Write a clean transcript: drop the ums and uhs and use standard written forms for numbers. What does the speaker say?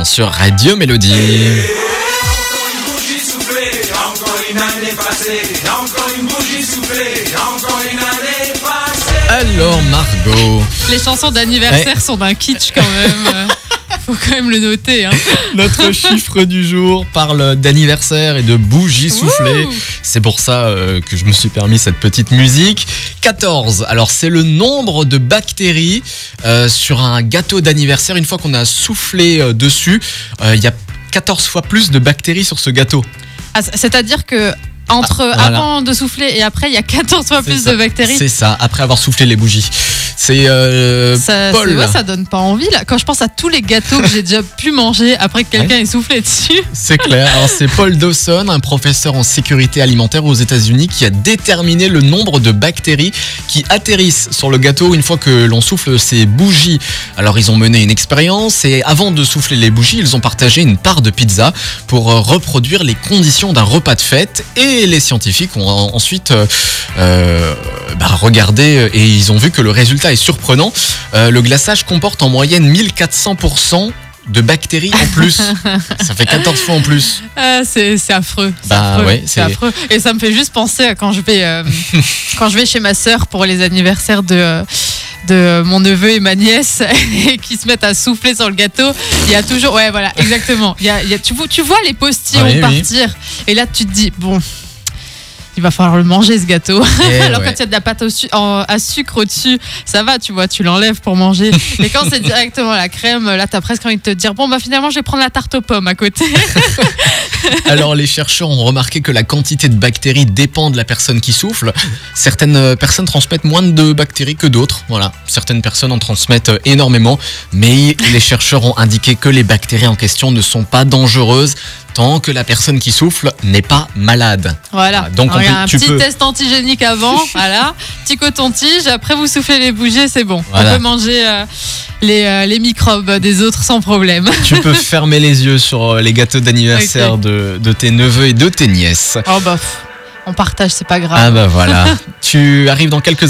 sur Radio Mélodie. Encore une bougie soufflée, encore une année passée, encore une bougie soufflée, encore une année passée. Alors Margot, Les chansons d'anniversaire sont d'un kitsch quand même. Faut quand même le noter. Hein. notre chiffre du jour parle d'anniversaire et de bougies soufflées. Ouh. C'est pour ça que je me suis permis cette petite musique. 14, alors c'est le nombre de bactéries sur un gâteau d'anniversaire. Une fois qu'on a soufflé dessus, il y a 14 fois plus de bactéries sur ce gâteau. Ah, c'est-à-dire que Voilà. avant de souffler et après, il y a 14 fois C'est plus ça. de bactéries. C'est ça, après avoir soufflé les bougies. C'est Paul. Ouais, ça donne pas envie là. Quand je pense à tous les gâteaux que j'ai déjà pu manger après que quelqu'un ait soufflé dessus. C'est clair. Alors c'est Paul Dawson, un professeur en sécurité alimentaire aux États-Unis, qui a déterminé le nombre de bactéries qui atterrissent sur le gâteau une fois que l'on souffle ces bougies. Alors ils ont mené une expérience et avant de souffler les bougies, ils ont partagé une part de pizza pour reproduire les conditions d'un repas de fête. Et les scientifiques ont ensuite regardé et ils ont vu que le résultat est surprenant. Le glaçage comporte en moyenne 1400% de bactéries en plus. Ça fait 14 fois en plus. C'est affreux. C'est affreux. Et ça me fait juste penser à quand je vais chez ma sœur pour les anniversaires de mon neveu et ma nièce et qui se mettent à souffler sur le gâteau. Il y a toujours... Ouais, voilà, exactement. Tu vois les postillons partir. Et là, tu te dis, bon... Il va falloir le manger ce gâteau. Alors quand il y a de la pâte à sucre au-dessus, ça va, tu vois, tu l'enlèves pour manger. Et quand c'est directement la crème, là t'as presque envie de te dire bon bah finalement je vais prendre la tarte aux pommes à côté. Alors les chercheurs ont remarqué que la quantité de bactéries dépend de la personne qui souffle. Certaines personnes transmettent moins de bactéries que d'autres. Voilà, certaines personnes en transmettent énormément, mais les chercheurs ont indiqué que les bactéries en question ne sont pas dangereuses tant que la personne qui souffle n'est pas malade. Voilà. Donc il y a un petit test antigénique avant, voilà, petit coton-tige, après vous soufflez les bougies, c'est bon. Voilà. On peut manger les microbes des autres sans problème. Tu peux fermer les yeux sur les gâteaux d'anniversaire de tes neveux et de tes nièces. Oh bah, on partage, c'est pas grave. Ah bah voilà. Tu arrives dans quelques